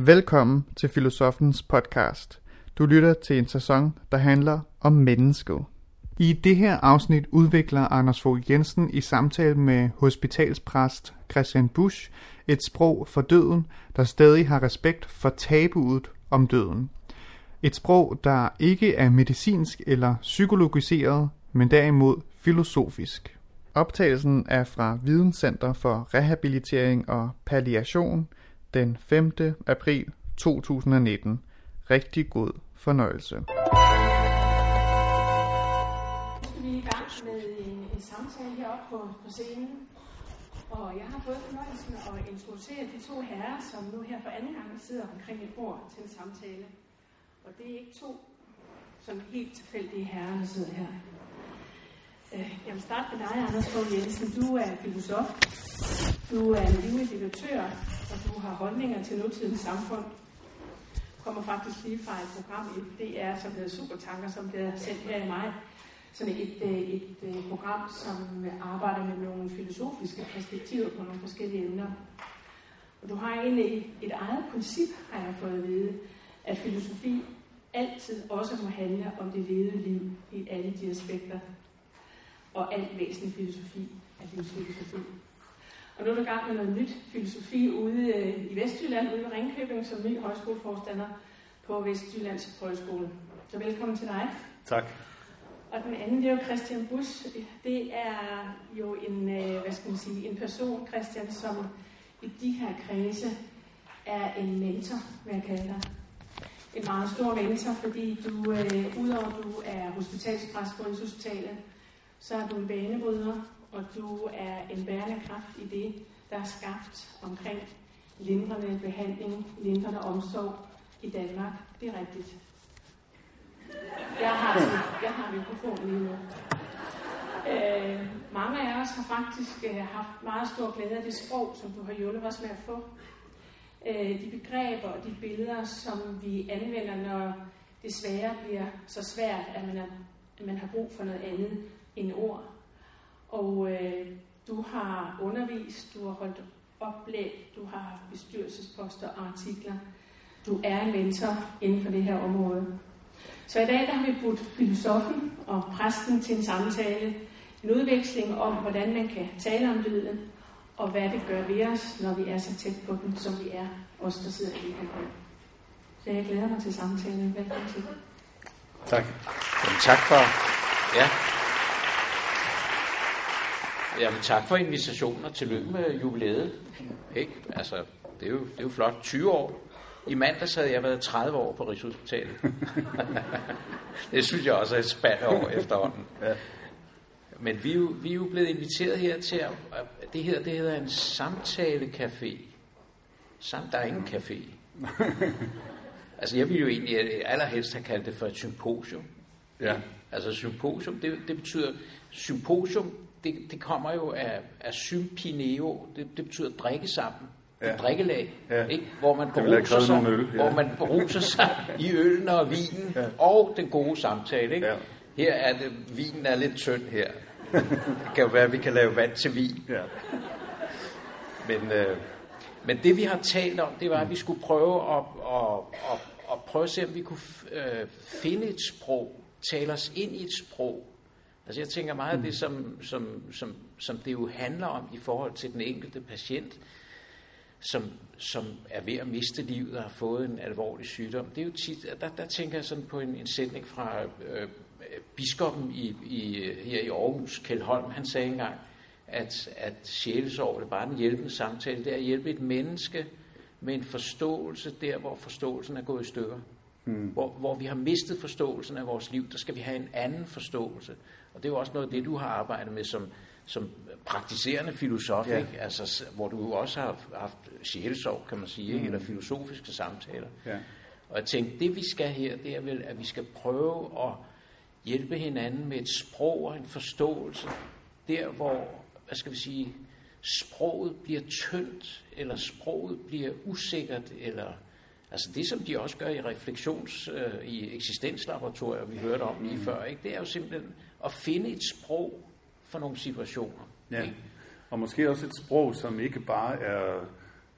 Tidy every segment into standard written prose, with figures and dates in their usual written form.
Velkommen til Filosofens podcast. Du lytter til en sæson, der handler om mennesket. I det her afsnit udvikler Anders Fogh Jensen i samtale med hospitalspræst Christian Busch et sprog for døden, der stadig har respekt for tabuet om døden. Et sprog, der ikke er medicinsk eller psykologiseret, men derimod filosofisk. Optagelsen er fra Videnscenter for Rehabilitering og Palliation den 5. april 2019. Rigtig god fornøjelse. Nu skal vi i gang med en samtale heroppe på scenen. Og jeg har fået fornøjelsen at introducere de to herrer, som nu her for anden gang sidder omkring et bord til en samtale. Og det er ikke to sådan helt tilfældige herrer, der sidder her. Jeg vil starte med dig, Anders Fogh Jensen. Du er filosof, du er en livlig debattør, og du har holdninger til nutidens samfund. Du kommer faktisk lige fra et program i DR, som hedder Supertanker, som bliver sendt her i maj. Sådan et program, som arbejder med nogle filosofiske perspektiver på nogle forskellige emner. Og du har egentlig et eget princip, har jeg fået at vide, at filosofi altid også må handle om det levede liv i alle de aspekter. Og alt væsentlig filosofi er livsfilosofi. Og nu er du i gang med noget nyt filosofi ude i Vestjylland, ude i Ringkøbing, som ny højskoleforstander på Vestjyllands Højskole. Så velkommen til dig. Tak. Og den anden, det er jo Christian Busch. Det er jo en person, Christian, som i de her kredse er en mentor, vil jeg kalde dig. En meget stor mentor, fordi du, udover at du er hospitalspræst på Rigshospitalet, så er du en banebryder, og du er en bærende kraft i det, der er skabt omkring lindrende behandling, lindrende omsorg i Danmark. Det er rigtigt. Jeg har mikrofonen lige nu. Mange af os har faktisk haft meget stor glæde af det sprog, som du har hjulpet os med at få. De begreber og de billeder, som vi anvender, når det svære bliver så svært, at man har brug for noget andet end ord. Og du har undervist, du har holdt oplæg, du har haft bestyrelsesposter og artikler. Du er en mentor inden for det her område. Så i dag der har vi budt filosofen og præsten til en samtale, en udveksling om, hvordan man kan tale om døden, og hvad det gør ved os, når vi er så tæt på den, som vi er, os der sidder i her. Så jeg glæder mig til samtalen. Velkommen til. Tak. Jamen, tak for... Ja. Jamen, tak for invitationen, og tillykke med jubilæet. Ikke? Altså, det er jo flot. 20 år. I mandags havde jeg været 30 år på Rigshospitalet. Det synes jeg også er et spand år efterhånden. Ja. Men vi er jo blevet inviteret her til at... Det hedder en samtalecafé. Der er ingen café. Altså, jeg ville jo egentlig allerhelst have kaldt det for et symposium. Ja. Altså, symposium, det betyder... Symposium, det kommer jo af sympineo. Det betyder drikke sammen. Ja. Drikkelag, ja. Ikke? Hvor man beruser sig i øllen og vinen, ja. Og den gode samtale. Ikke? Ja. Her er det, vinen er lidt tynd her. Det kan jo være, at vi kan lave vand til vin. Ja. Men det vi har talt om, det var, at vi skulle prøve at se, om vi kunne finde et sprog, tale os ind i et sprog. Altså jeg tænker meget af det, som det jo handler om i forhold til den enkelte patient, som er ved at miste livet og har fået en alvorlig sygdom. Det er jo tit, der tænker jeg sådan på en sætning fra biskoppen her i Aarhus, Kjeld Holm. Han sagde engang, at sjælesorg, det er bare en hjælpende samtale, det er at hjælpe et menneske med en forståelse der, hvor forståelsen er gået i stykker. Hvor vi har mistet forståelsen af vores liv, der skal vi have en anden forståelse. Og det er jo også noget af det, du har arbejdet med som praktiserende filosof, ja. Ikke? Altså, hvor du jo også har haft sjælesorg, kan man sige, eller filosofiske samtaler. Ja. Og jeg tænkte, det vi skal her, det er vel, at vi skal prøve at hjælpe hinanden med et sprog og en forståelse, der hvor, sproget bliver tyndt, eller sproget bliver usikkert, eller altså det, som de også gør i i eksistenslaboratorier, vi hørte om lige før, ikke? Det er jo simpelthen at finde et sprog for nogle situationer. Ja. Og måske også et sprog, som ikke bare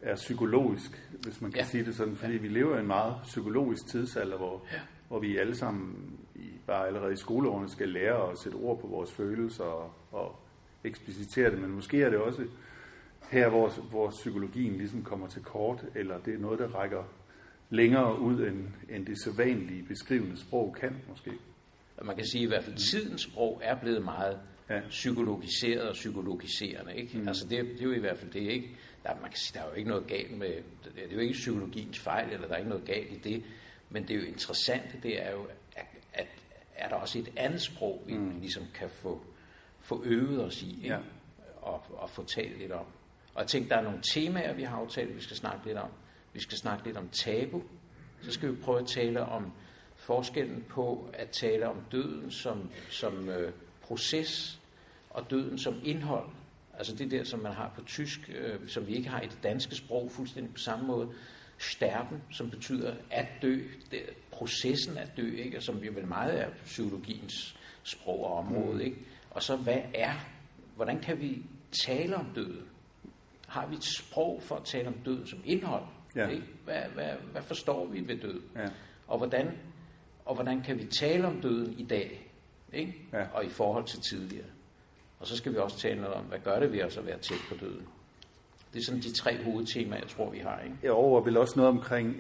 er psykologisk, hvis man kan sige det sådan, fordi vi lever i en meget psykologisk tidsalder, hvor vi alle sammen bare allerede i skoleårene skal lære at sætte ord på vores følelser og eksplicitere det, men måske er det også her, hvor psykologien ligesom kommer til kort, eller det er noget, der rækker længere ud, end det sædvanlige beskrivende sprog kan måske. Man kan sige i hvert fald, at tidens sprog er blevet meget psykologiseret og psykologiserende. Ikke? Altså det er jo i hvert fald det, ikke? Man kan sige, der er jo ikke noget galt med, det er jo ikke psykologiens fejl, eller der er ikke noget galt i det, men det er jo interessant, det er jo, at er der også et andet sprog, vi ligesom kan få øvet os i, ikke? Og få talt lidt om. Og jeg tænkte, der er nogle temaer, vi har aftalt, vi skal snakke lidt om. Vi skal snakke lidt om tabu. Så skal vi prøve at tale om forskellen på at tale om døden som proces og døden som indhold. Altså det der, som man har på tysk, som vi ikke har i det danske sprog fuldstændig på samme måde. Sterben, som betyder at dø, processen at dø, ikke? Som vi vel meget er psykologiens sprog og område. Ikke? Og så hvordan kan vi tale om døden? Har vi et sprog for at tale om døden som indhold? Ja. Ikke? Hvad forstår vi ved død? Ja. Og hvordan kan vi tale om døden i dag? Ikke? Ja. Og i forhold til tidligere. Og så skal vi også tale noget om, hvad gør det ved os at være tæt på døden? Det er sådan de 3 hovedtemaer, jeg tror, vi har. Ikke? Jeg overvejer vel også noget omkring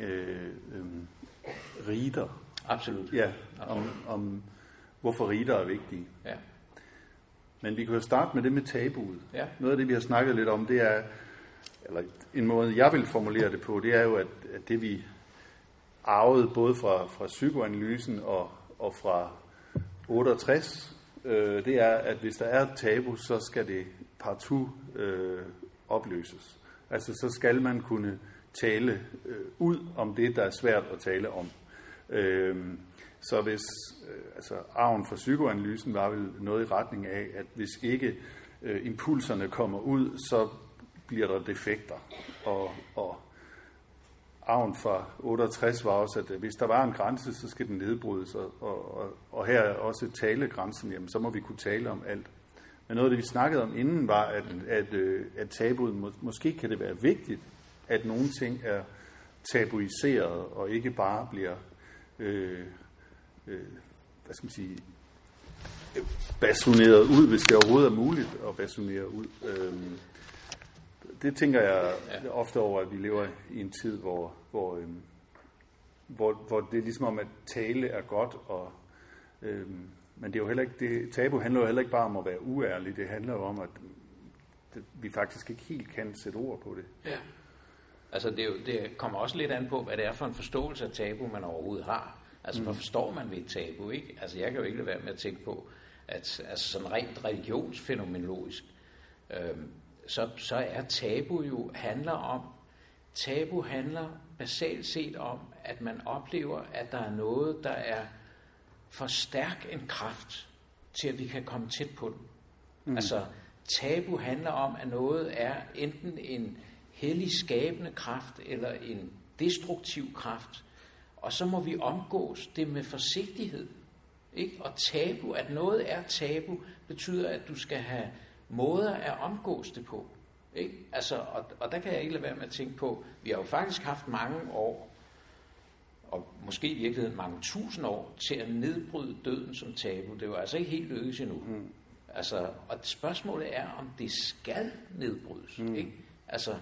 riter. Absolut. Ja, om hvorfor riter er vigtige. Ja. Men vi kan jo starte med det med tabuet. Ja. Noget af det, vi har snakket lidt om, det er, eller en måde, jeg vil formulere det på, det er jo, at det vi arvede både fra psykoanalysen og fra 68, det er, at hvis der er et tabu, så skal det partout opløses. Altså, så skal man kunne tale ud om det, der er svært at tale om. Så hvis arven for psykoanalysen var vel noget i retning af, at hvis ikke impulserne kommer ud, så bliver der defekter. Og arven fra 68 var også, at hvis der var en grænse, så skal den nedbrydes. Og her er også talegrænsen, jamen så må vi kunne tale om alt. Men noget af det, vi snakkede om inden, var, at tabuet, måske kan det være vigtigt, at nogle ting er tabuiseret, og ikke bare bliver hvad skal man sige, basuneret ud, hvis det overhovedet er muligt at basunere ud. Det tænker jeg ofte over, at vi lever i en tid, hvor det er ligesom om, at tale er godt, men det er jo heller ikke, det tabu handler jo heller ikke bare om at være uærlig, det handler jo om, at vi faktisk ikke helt kan sætte ord på det. Ja. Altså det kommer også lidt an på, hvad det er for en forståelse af tabu, man overhovedet har. Altså, hvad forstår man ved et tabu, ikke? Altså, jeg kan jo ikke lade være med at tænke på, at altså, sådan rent religionsfænomenologisk, så er tabu jo tabu handler basalt set om, at man oplever, at der er noget, der er for stærk en kraft til, at vi kan komme tæt på den. Altså, tabu handler om, at noget er enten en hellig skabende kraft, eller en destruktiv kraft, og så må vi omgås det med forsigtighed. Ikke? Og tabu, at noget er tabu, betyder, at du skal have måder at omgås det på. Ikke? Altså, og der kan jeg ikke lade være med at tænke på, vi har jo faktisk haft mange år, og måske i virkeligheden mange tusind år, til at nedbryde døden som tabu. Det var altså ikke helt lykkedes endnu. Altså, og spørgsmålet er, om det skal nedbrydes. Ikke? Altså,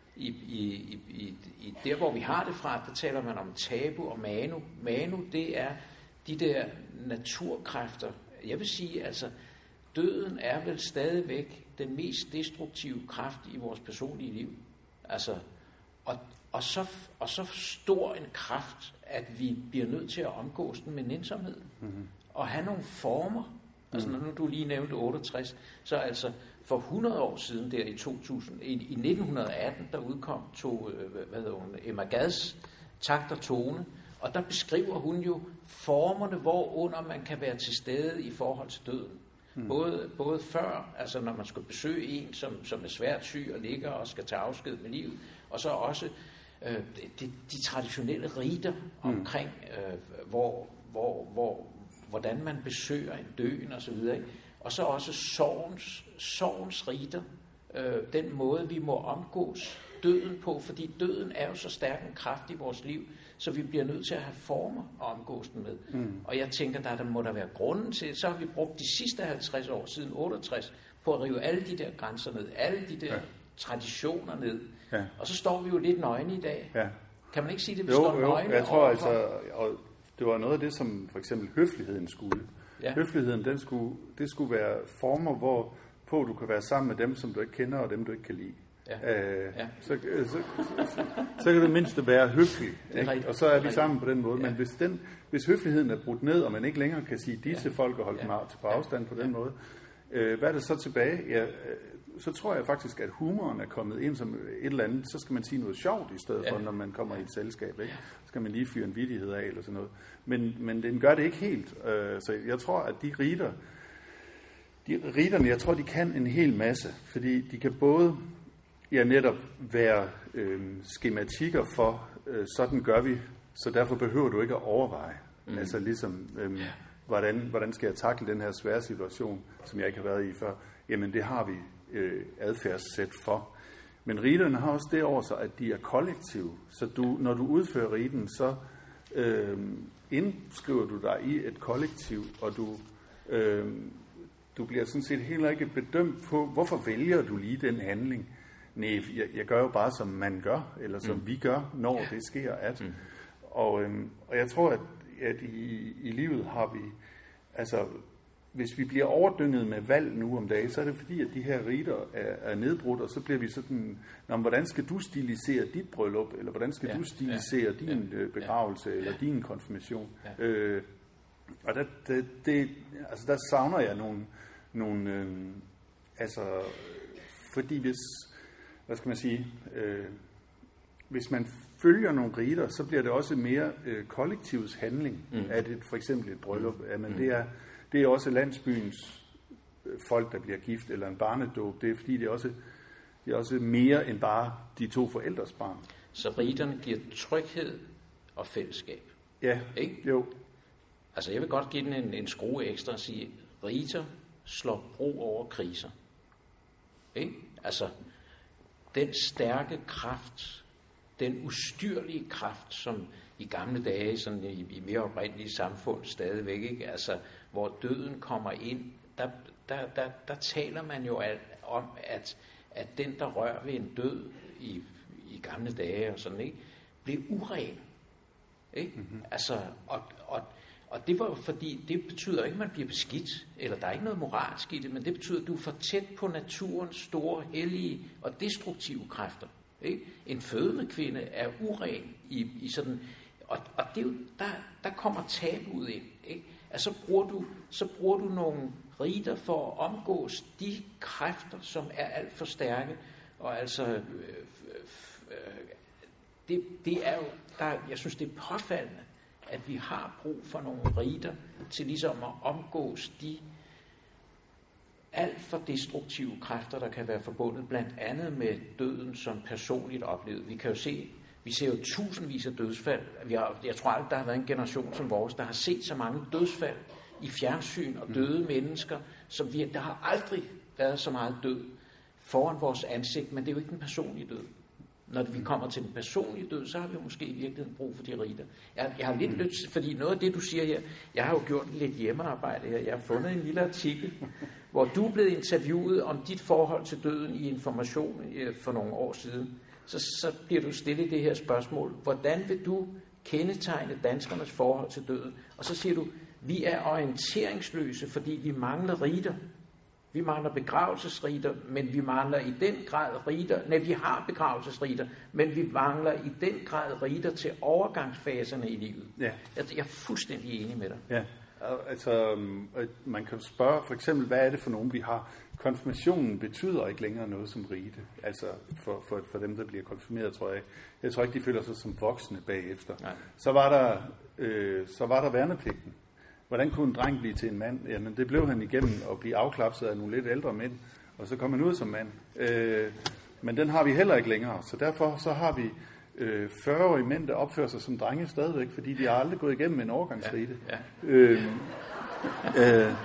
i der, hvor vi har det fra, der taler man om tabu og manu. Manu, det er de der naturkræfter. Jeg vil sige, altså, døden er vel stadigvæk den mest destruktive kraft i vores personlige liv. Altså, og så stor en kraft, at vi bliver nødt til at omgås den med nænsomhed. Og have nogle former. Altså, når nu du lige nævnte 68, så altså for 100 år siden, der i 1918, der udkom Emma Gads Takt og Tone, og der beskriver hun jo formerne, hvorunder man kan være til stede i forhold til døden. Både før, altså når man skal besøge en, som er svært syg og ligger og skal tage afsked med livet, og så også de traditionelle riter omkring, hvordan man besøger en døen og så videre, ikke? Og så også sorgens riter, den måde, vi må omgås døden på, fordi døden er jo så stærk en kraft i vores liv, så vi bliver nødt til at have former at omgås den med. Og jeg tænker, der må der være grunden til, så har vi brugt de sidste 50 år siden 68 på at rive alle de der grænser ned, alle de der traditioner ned. Ja. Og så står vi jo lidt nøgne i dag. Ja. Kan man ikke sige det, vi står nøgne? Jeg tror altså, og det var noget af det, som for eksempel høfligheden skulle. Ja. Høfligheden, det skulle være former, hvor på du kan være sammen med dem, som du ikke kender, og dem, du ikke kan lide. Ja. Så kan det mindste være høflig, og så er vi sammen på den måde. Men hvis høfligheden er brudt ned, og man ikke længere kan sige de til folk og holde dem på afstand på den måde, hvad er det så tilbage? Ja, så tror jeg faktisk, at humoren er kommet ind som et eller andet. Så skal man sige noget sjovt i stedet for, når man kommer i et selskab. Ikke? Så skal man lige fyre en vittighed af eller sådan noget. Men den gør det ikke helt. Så jeg tror, at de riderne, jeg tror, de kan en hel masse. Fordi de kan både netop være skematikker for, sådan gør vi, så derfor behøver du ikke at overveje. Altså ligesom, hvordan skal jeg takle den her svære situation, som jeg ikke har været i før? Jamen det har vi adfærdssæt for. Men riderne har også det over sig, at de er kollektive. Så når du udfører riden, så indskriver du dig i et kollektiv, og du bliver sådan set heller ikke bedømt på, hvorfor vælger du lige den handling. Nej, jeg gør jo bare, som man gør, eller som vi gør, når det sker. Og jeg tror, at i livet har vi, altså hvis vi bliver overdynget med valg nu om dagen, så er det fordi, at de her riter er nedbrudt, og så bliver vi sådan, hvordan skal du stilisere dit bryllup, eller hvordan skal du stilisere din begravelse, eller din konfirmation. Og der savner jeg nogle fordi hvis man følger nogle riter, så bliver det også mere kollektivs handling af det, for eksempel et bryllup. Jamen, det er også landsbyens folk, der bliver gift, eller en barnedåb. Det er fordi, det er også mere end bare de to forældres barn. Så riterne giver tryghed og fællesskab. Ja, ikke? Jo. Altså, jeg vil godt give den en skrue ekstra og sige, riter slår bro over kriser. Ikke? Altså, den stærke kraft, den ustyrlige kraft, som i gamle dage, sådan i mere oprindelige samfund stadigvæk, ikke? Altså, hvor døden kommer ind, der taler man jo om, at den, der rører ved en død i gamle dage og sådan, ikke, blev uren. Ikke? Altså, og det var jo fordi, det betyder ikke, at man bliver beskidt, eller der er ikke noget moralsk i det, men det betyder, at du er for tæt på naturens store, hellige og destruktive kræfter. Ikke? En fødende kvinde er uren i sådan, og det er jo, der kommer tabud ind. Ikke? Altså, så bruger du nogle riter for at omgås de kræfter, som er alt for stærke, og altså, det er jo, jeg synes, det er påfaldende, at vi har brug for nogle riter til ligesom at omgås de alt for destruktive kræfter, der kan være forbundet blandt andet med døden som personligt oplevet. Vi kan jo vi ser jo tusindvis af dødsfald. Jeg tror aldrig, der har været en generation som vores, der har set så mange dødsfald i fjernsyn og døde mennesker, som der har aldrig været så meget død foran vores ansigt, men det er jo ikke den personlige død. Når vi kommer til den personlige død, så har vi måske i virkeligheden brug for de riter. Jeg har lidt lyst, fordi noget af det, du siger her, jeg har jo gjort lidt hjemmearbejde her. Jeg har fundet en lille artikel, hvor du er blevet interviewet om dit forhold til døden i Information for nogle år siden. Så bliver du stillet det her spørgsmål. Hvordan vil du kendetegne danskernes forhold til døden? Og så siger du, vi er orienteringsløse, fordi vi mangler riter. Vi mangler begravelsesriter, men vi mangler i den grad riter. Nej, vi har begravelsesriter, men vi mangler i den grad riter til overgangsfaserne i livet. Ja. Jeg er fuldstændig enig med dig. Ja, altså man kan spørge for eksempel, hvad er det for nogen, vi har? Konfirmationen betyder ikke længere noget som rite. Altså for dem, der bliver konfirmeret, tror jeg. Jeg tror ikke, de føler sig som voksne bagefter. Nej. Så var der værnepligten. Hvordan kunne en dreng blive til en mand? Jamen, det blev han igennem at blive afklapset af nogle lidt ældre mænd, og så kom han ud som mand. Men den har vi heller ikke længere, så derfor så har vi 40-årige mænd, der opfører sig som drenge stadigvæk, fordi de har aldrig gået igennem en overgangsrite. Ja.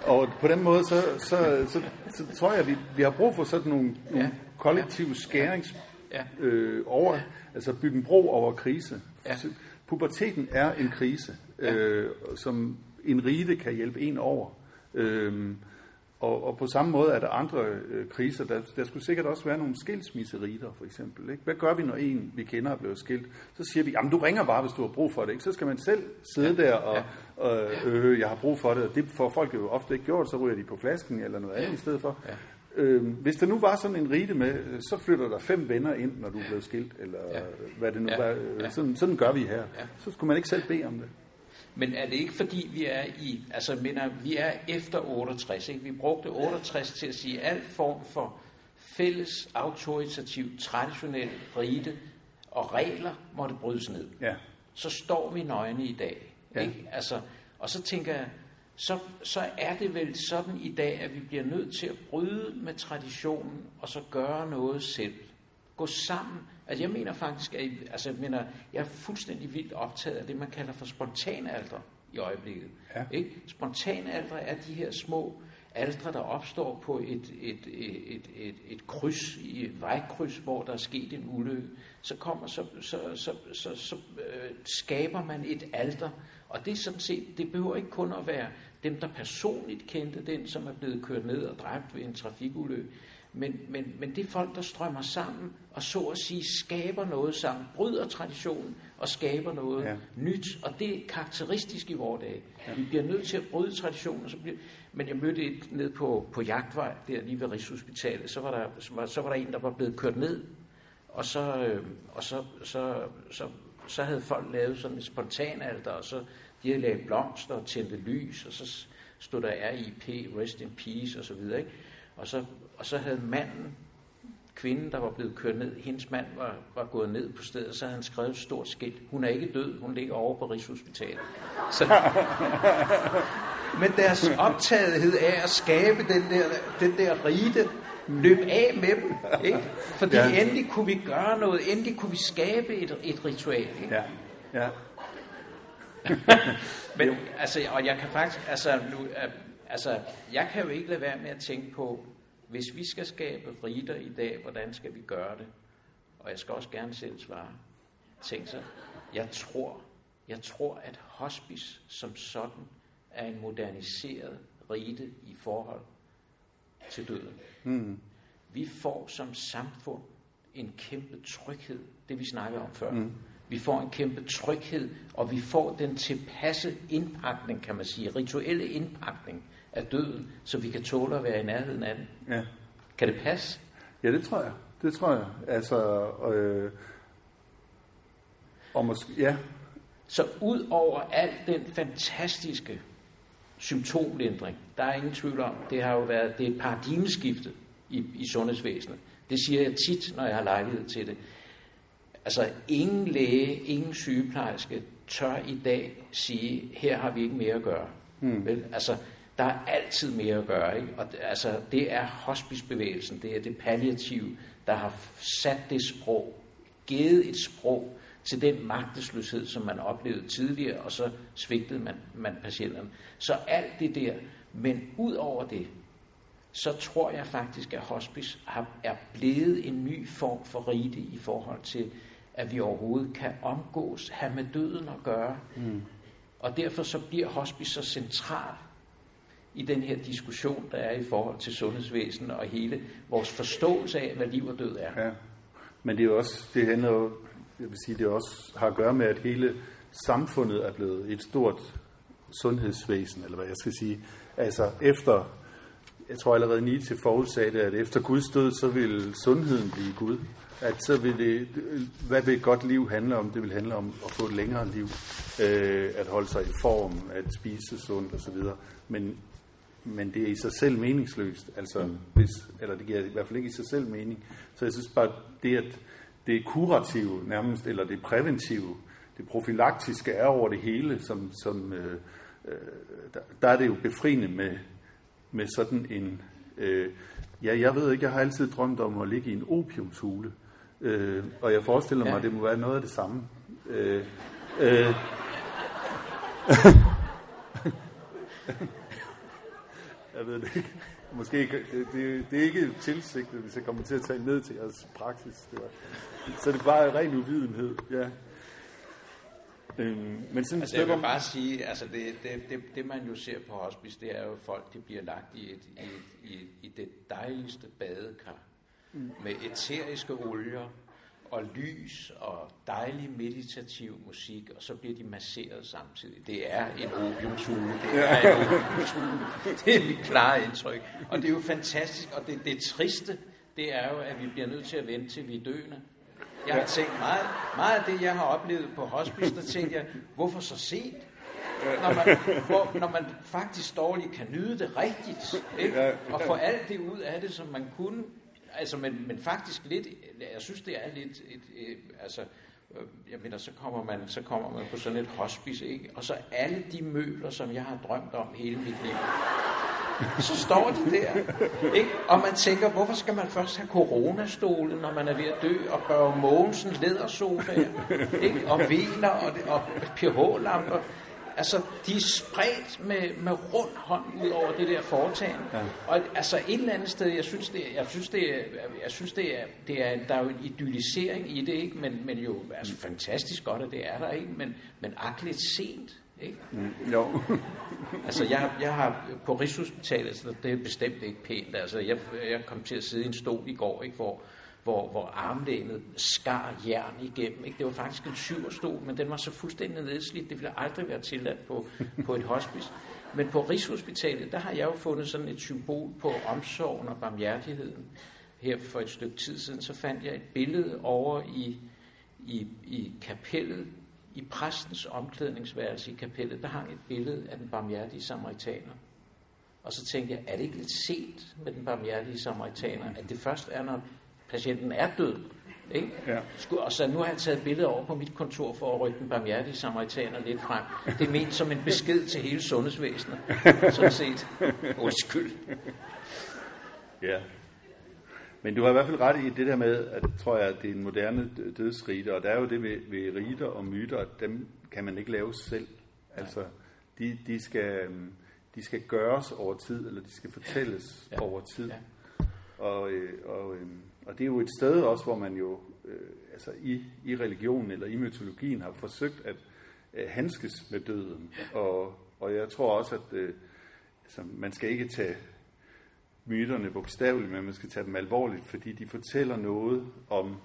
Og på den måde, så tror jeg, at vi har brug for sådan nogle kollektive skærings over, altså bygge en bro over krise. Ja. Puberteten er en krise, som en rite kan hjælpe en over. Og på samme måde er der andre kriser. Der skulle sikkert også være nogle skilsmisseriter, for eksempel. Ikke? Hvad gør vi, når en, vi kender, er blevet skilt? Så siger vi, jamen du ringer bare, hvis du har brug for det. Ikke? Så skal man selv sidde der og jeg har brug for det. Og det får folk jo ofte ikke gjort, så ryger de på flasken eller noget andet i stedet for. Ja. Hvis der nu var sådan en rite med, så flytter der 5 venner ind, når du er blevet skilt, eller hvad det nu var. Sådan gør vi her. Ja. Så skulle man ikke selv bede om det. Men er det ikke fordi vi er vi er efter 68, ikke? Vi brugte 68 til at sige, at al form for fælles, autoritativ, traditionel rite og regler måtte brydes ned. Ja. Så står vi nøgne i dag. Ikke? Altså, og så tænker jeg, så er det vel sådan i dag, at vi bliver nødt til at bryde med traditionen, og så gøre noget selv. Gå sammen. Altså jeg mener faktisk, jeg er fuldstændig vildt optaget af det, man kalder for spontanaldre i øjeblikket. Ja. Ikke? Spontanaldre er de her små aldre, der opstår på et kryds, i et vejkryds, hvor der er sket en ulykke. Så skaber man et alter, og det er sådan set, det behøver ikke kun at være dem, der personligt kendte den, som er blevet kørt ned og dræbt ved en trafikulykke. Men det er folk, der strømmer sammen og så at sige skaber noget sammen, bryder traditionen og skaber noget nyt. Og det er karakteristisk i vores dag. Vi bliver nødt til at bryde traditionen. Men jeg mødte et ned på Jagtvej, der lige ved Rigshospitalet. Så var der en, der var blevet kørt ned. Og så havde folk lavet sådan et spontanalter, og så de havde lavet blomster og tændte lys, og så stod der RIP, Rest in Peace og så videre, ikke? Og så havde kvinden, der var blevet kørt ned, hendes mand var gået ned på stedet, så havde han skrevet et stort skilt. Hun er ikke død, hun ligger over på Rigshospitalet. Men deres optagethed af at skabe den der rite, løb af med dem, ikke? Fordi endelig kunne vi gøre noget, endelig kunne vi skabe et ritual, ikke? Ja. Men og jeg kan faktisk, jeg kan jo ikke lade være med at tænke på, hvis vi skal skabe riter i dag, hvordan skal vi gøre det? Og jeg skal også gerne selv svare. Tænk så, jeg tror, at hospice som sådan er en moderniseret rite i forhold til døden. Mm. Vi får som samfund en kæmpe tryghed, det vi snakkede om før. Mm. Vi får en kæmpe tryghed, og vi får den tilpasse indpakning, kan man sige, rituelle indpakning af døden, så vi kan tåle at være i nærheden af den. Ja. Kan det passe? Ja, det tror jeg. Altså, og måske, ja. Så ud over al den fantastiske symptomlindring, der er ingen tvivl om, det er et paradigmeskifte i sundhedsvæsenet. Det siger jeg tit, når jeg har lejlighed til det. Altså, ingen læge, ingen sygeplejerske tør i dag sige, her har vi ikke mere at gøre. Vel? Altså, der er altid mere at gøre, ikke? Og det er hospicebevægelsen, det er det palliative, der har sat det sprog, givet et sprog til den magtesløshed, som man oplevede tidligere, og så svigtede man patienterne. Så alt det der, men ud over det, så tror jeg faktisk, at hospice er blevet en ny form for rite i forhold til, at vi overhovedet kan omgås, have med døden at gøre. Mm. Og derfor så bliver hospice så central i den her diskussion, der er i forhold til sundhedsvæsenet og hele vores forståelse af, hvad liv og død er. Ja. Men det er jo også, det handler jo, jeg vil sige, det også har at gøre med, at hele samfundet er blevet et stort sundhedsvæsen, eller hvad jeg skal sige. Altså efter, jeg tror allerede Nietzsche forudsagde det, at efter Guds død, så vil sundheden blive Gud. At så vil det, hvad vil et godt liv handle om? Det vil handle om at få et længere liv, at holde sig i form, at spise sundt osv. Men det er i sig selv meningsløst, altså eller det giver i hvert fald ikke i sig selv mening. Så jeg synes bare, det er kurative nærmest, eller det præventive, det profylaktiske er over det hele, der er det jo befriende med sådan en, jeg ved ikke, jeg har altid drømt om at ligge i en opiumshule, og jeg forestiller mig, at det må være noget af det samme. Jeg ved det ikke. Måske ikke, det er ikke tilsigtet, hvis jeg kommer til at tale ned til jeres praksis. Så det er bare ren uvidenhed, ja. Men sådan altså, jeg vil bare sige, altså det man jo ser på hospice, det er jo folk, de bliver lagt i det dejligste badekar med æteriske olier og lys og dejlig meditativ musik, og så bliver de masseret samtidig. Det er en opiumshule. Det er mit klare indtryk. Og det er jo fantastisk, og det triste, det er jo, at vi bliver nødt til at vente til vi er døende. Jeg har tænkt meget af det, jeg har oplevet på hospice, der tænkte jeg, hvorfor så sent? Når man faktisk dårligt kan nyde det rigtigt, ikke? Og få alt det ud af det, som man kunne. Altså, men faktisk lidt, jeg synes, det er lidt, jeg mener, så kommer man på sådan et hospice, ikke? Og så alle de møbler, som jeg har drømt om hele mit liv, så står de der, ikke? Og man tænker, hvorfor skal man først have coronastolen, når man er ved at dø, og Børge Mogensen lædersofaer, ikke? Og vener og pH-lamper. Altså, de er spredt med rund hånd ud over det der foretagende. Ja. Og altså et eller andet sted, jeg synes det er der er jo en idyllisering i det, ikke? Men jo altså fantastisk godt, at det er der, ikke? Men lidt sent, ikke? Jo. Altså jeg har på Rigshospitalet, så det er bestemt ikke pænt. Altså jeg kom til at sidde i en stol i går, ikke? Hvor armlænet skar jern igennem. Ikke? Det var faktisk en 7'er-stol, men den var så fuldstændig nedslidt. Det ville aldrig være tilladt på et hospice. Men på Rigshospitalet, der har jeg jo fundet sådan et symbol på omsorgen og barmhjertigheden. Her for et stykke tid siden, så fandt jeg et billede over i kapellet, i præstens omklædningsværelse i kapellet. Der hang et billede af den barmhjertige samaritaner. Og så tænkte jeg, er det ikke lidt sent med den barmhjertige samaritaner, at det først er, når patienten er død, ikke? Ja. Og så nu har jeg taget billeder over på mit kontor for at rykke den barmhjertige samaritaner lidt frem. Det er ment som en besked til hele sundhedsvæsenet, sådan set. Undskyld. Ja. Men du har i hvert fald ret i det der med, at tror jeg, at det er en moderne dødsrite, og der er jo det ved riter og myter, at dem kan man ikke lave selv. Altså, de skal gøres over tid, eller de skal fortælles over tid. Ja. Og det er jo et sted også, hvor man jo altså i religionen eller i mytologien har forsøgt at handskes med døden. Og jeg tror også, at altså, man skal ikke tage myterne bogstaveligt, men man skal tage dem alvorligt, fordi de fortæller noget om,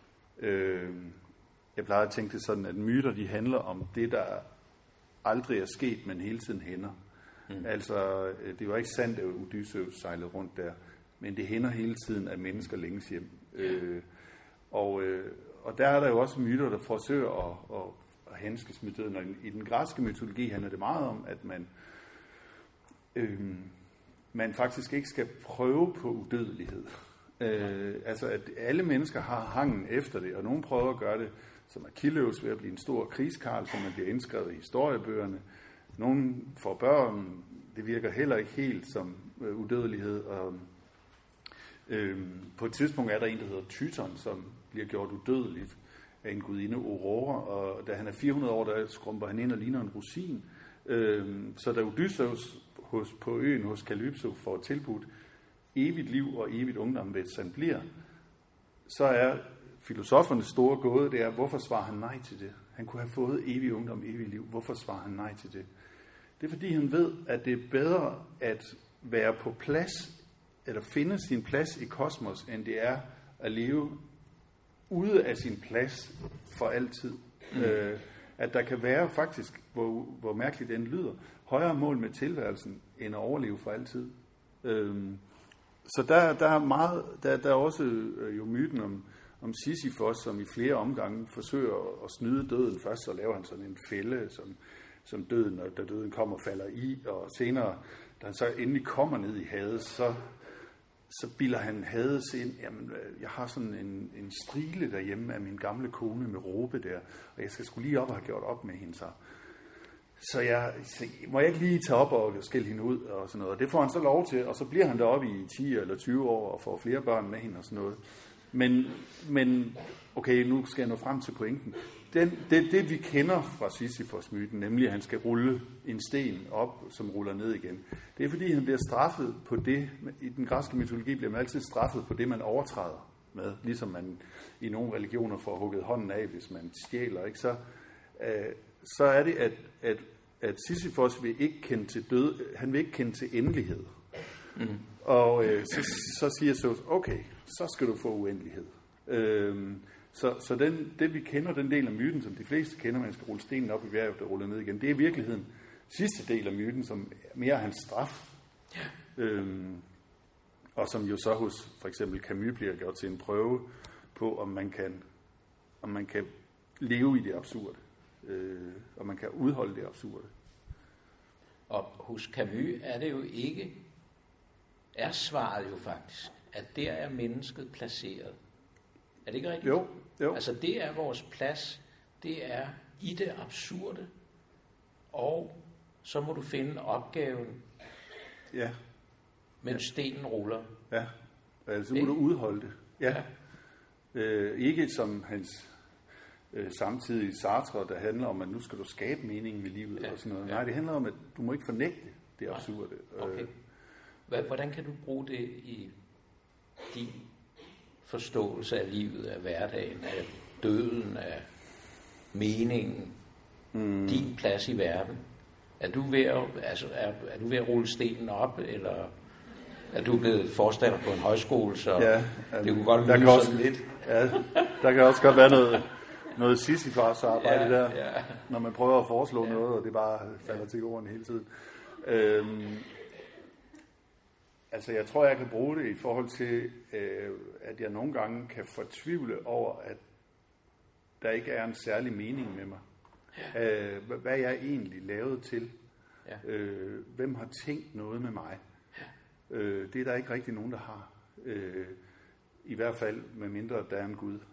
jeg plejer at tænke det sådan, at myter de handler om det, der aldrig er sket, men hele tiden hænder. Altså, det var ikke sandt, at Odysseus sejlede rundt der, men det hænder hele tiden, at mennesker længes hjem. Og der er der jo også myter, der forsøger at handskes med døden. Og i den græske mytologi handler det meget om, at man faktisk ikke skal prøve på udødelighed. Altså, at alle mennesker har hangen efter det, og nogen prøver at gøre det som Achilleus ved at blive en stor krigskarl, som man bliver indskrevet i historiebøgerne. Nogen får børn, det virker heller ikke helt som udødelighed. Og på et tidspunkt er der en, der hedder Tyton, som bliver gjort udødeligt af en gudinde Aurora, og da han er 400 år, der skrumper han ind og ligner en rosin. Så da Odysseus på øen hos Kalypso får tilbudt evigt liv og evigt ungdom ved et sandblier, så er filosofernes store gåde, det er, hvorfor svarer han nej til det? Han kunne have fået evig ungdom, evigt liv. Hvorfor svarer han nej til det? Det er fordi han ved, at det er bedre at være på plads, eller finde sin plads i kosmos, end det er at leve ude af sin plads for altid. At der kan være faktisk, hvor mærkeligt den lyder, højere mål med tilværelsen, end at overleve for altid. Så der er meget, der er også jo myten om Sisyfos, som i flere omgange forsøger at snyde døden. Først så laver han sådan en fælde, som døden, og da døden kommer, falder i, og senere, da han så endelig kommer ned i havet, så bilder han Hades ind, jamen, jeg har sådan en strile derhjemme af min gamle kone med råbe der, og jeg skal sgu lige op og have gjort op med hende så må jeg ikke lige tage op og skælde hende ud og sådan noget. Og det får han så lov til, og så bliver han deroppe i 10 eller 20 år og får flere børn med hende og sådan noget. Men okay, nu skal jeg nå frem til pointen. det vi kender fra Sisyfos-myten, nemlig at han skal rulle en sten op, som ruller ned igen, det er fordi han bliver straffet på det. I den græske mytologi bliver man altid straffet på det, man overtræder med, ligesom man i nogle religioner får hugget hånden af, hvis man stjæler, ikke? Så er det, at Sisyfos vil ikke kende til død, han vil ikke kende til endelighed. Og så siger Zeus, okay, så skal du få uendelighed. Så det vi kender, den del af myten, som de fleste kender, man skal rulle stenen op i bjerget og rulle ned igen, det er i virkeligheden sidste del af myten, som mere er hans straf. Og som jo så hos for eksempel Camus bliver gjort til en prøve på, om man kan leve i det absurde, og man kan udholde det absurde. Og hos Camus er det jo ikke, er svaret jo faktisk, at der er mennesket placeret. Er det ikke rigtigt? Jo. Altså det er vores plads, det er i det absurde, og så må du finde opgaven, mens stenen ruller. Ja, altså må du udholde det. Ja. Ikke som hans samtidig Sartre, der handler om, at nu skal du skabe mening med livet og sådan noget. Nej, det handler om, at du må ikke fornægte det absurde. Okay. Hvordan kan du bruge det i din forståelse af livet, af hverdagen, af døden, af meningen, din plads i verden? Er du ved at rulle stenen op, eller er du blevet forstander på en højskole, så det kunne godt lyde sådan lidt? Ja, der kan også godt være noget Sisyfos arbejde der, når man prøver at foreslå noget, og det bare falder til jorden hele tiden. Altså, jeg tror, jeg kan bruge det i forhold til, at jeg nogle gange kan fortvivle over, at der ikke er en særlig mening med mig. Hvad jeg egentlig lavet til. Hvem har tænkt noget med mig? Det er der ikke rigtig nogen, der har. I hvert fald, med mindre der er en Gud.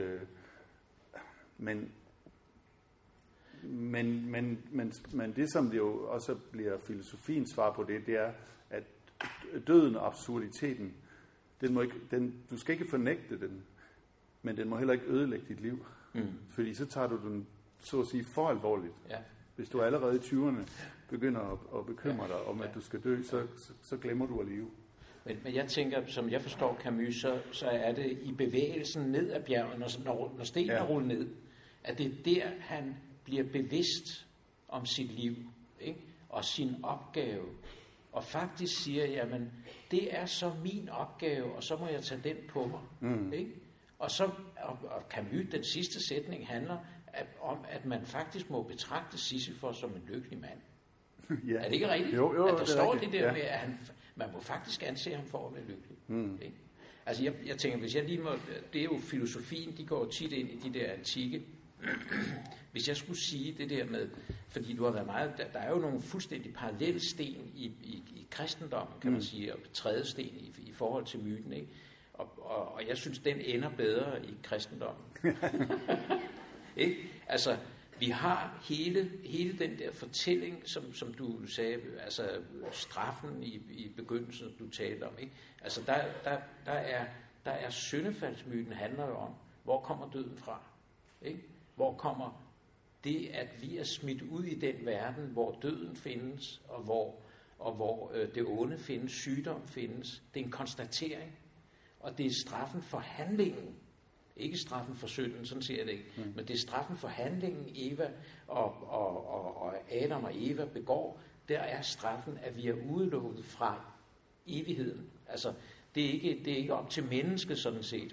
Men det, som det jo også bliver filosofiens svar på det er, at døden og absurditeten, du skal ikke fornægte den, men den må heller ikke ødelægge dit liv. Fordi så tager du den, så at sige, for alvorligt. Hvis du allerede i 20'erne begynder at bekymre dig om, at du skal dø, så glemmer du at leve. Men jeg tænker, som jeg forstår Camus, så er det i bevægelsen ned ad bjerget, når stenen er rullet ned, at det er der, han bliver bevidst om sit liv, ikke? Og sin opgave. Og faktisk siger, jamen, det er så min opgave, og så må jeg tage den på mig. Ikke? Og Camus, den sidste sætning handler om, at man faktisk må betragte Sisyfos som en lykkelig mand. Er det ikke rigtigt? Jo, at der står det der med, at man må faktisk anse ham for at være lykkelig. Ikke? Altså jeg tænker, hvis jeg lige må, det er jo filosofien, de går tit ind i de der antikke. Hvis jeg skulle sige det der med, fordi du har været meget, der er jo nogle fuldstændig parallelle sten i kristendommen, kan man sige, og trædesten i forhold til myten, ikke? Og jeg synes, den ender bedre i kristendommen. Ikke? Altså, vi har hele den der fortælling, som du sagde, altså straffen i begyndelsen, du talte om, ikke? Altså, der er syndefaldsmyten handler jo om, hvor kommer døden fra? Ikke? Hvor kommer det, at vi er smidt ud i den verden, hvor døden findes, og hvor det onde findes, sygdom findes. Det er en konstatering, og det er straffen for handlingen. Ikke straffen for synden, sådan siger jeg det ikke, men det er straffen for handlingen, Eva og Adam og Eva begår. Der er straffen, at vi er udelukket fra evigheden. Altså, det er ikke op til mennesket sådan set.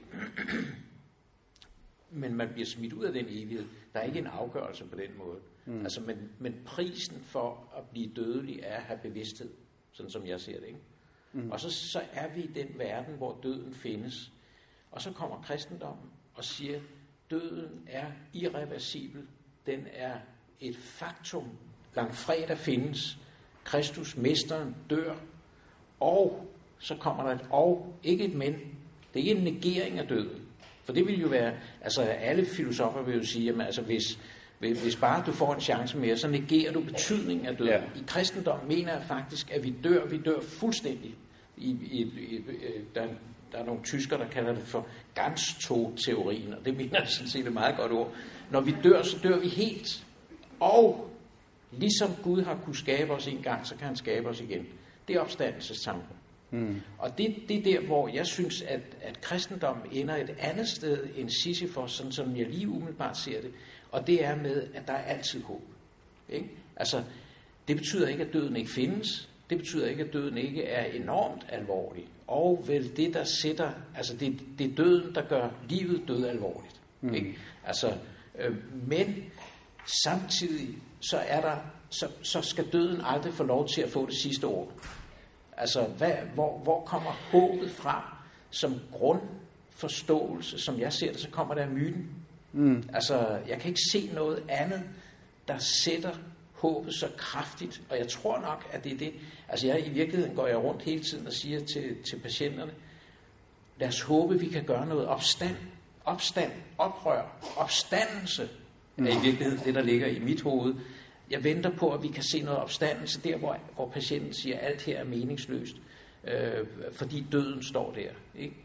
Men man bliver smidt ud af den evighed. Der er ikke en afgørelse på den måde. Altså, men prisen for at blive dødelig er at have bevidsthed, sådan som jeg ser det, ikke? Og så er vi i den verden, hvor døden findes. Og så kommer kristendommen og siger, døden er irreversibel. Den er et faktum. Langfredag findes. Kristus, mesteren, dør. Og så kommer der et og, ikke et men. Det er ikke en negering af døden. For det vil jo være, altså alle filosofer vil jo sige, at altså, hvis bare du får en chance mere, så negerer du betydningen af døden. Ja. I kristendom mener jeg faktisk, at vi dør fuldstændig. Der der er nogle tyskere, der kalder det for Ganztod-teorien, og det mener jeg sådan set et meget godt ord. Når vi dør, så dør vi helt. Og ligesom Gud har kunne skabe os en gang, så kan han skabe os igen. Det er opstandelsestanken. Og det er der, hvor jeg synes, at kristendommen ender et andet sted end Sisyfos, sådan som jeg lige umiddelbart ser det. Og det er med, at der er altid håb. Ikke? Altså, det betyder ikke, at døden ikke findes. Det betyder ikke, at døden ikke er enormt alvorlig. Og vel det, der sætter, altså det er døden, der gør livet død alvorligt. Ikke? Altså, men samtidig så er der, så skal døden aldrig få lov til at få det sidste ord. Altså, hvor kommer håbet fra som grundforståelse, som jeg ser det, så kommer der af myten. Altså, jeg kan ikke se noget andet, der sætter håbet så kraftigt, og jeg tror nok, at det er det. Altså, i virkeligheden går jeg rundt hele tiden og siger til patienterne, lad os håbe, vi kan gøre noget opstand, oprør, opstandelse, er i virkeligheden det, der ligger i mit hoved. Jeg venter på, at vi kan se noget opstandelse der, hvor patienten siger, at alt her er meningsløst, fordi døden står der. Ikke?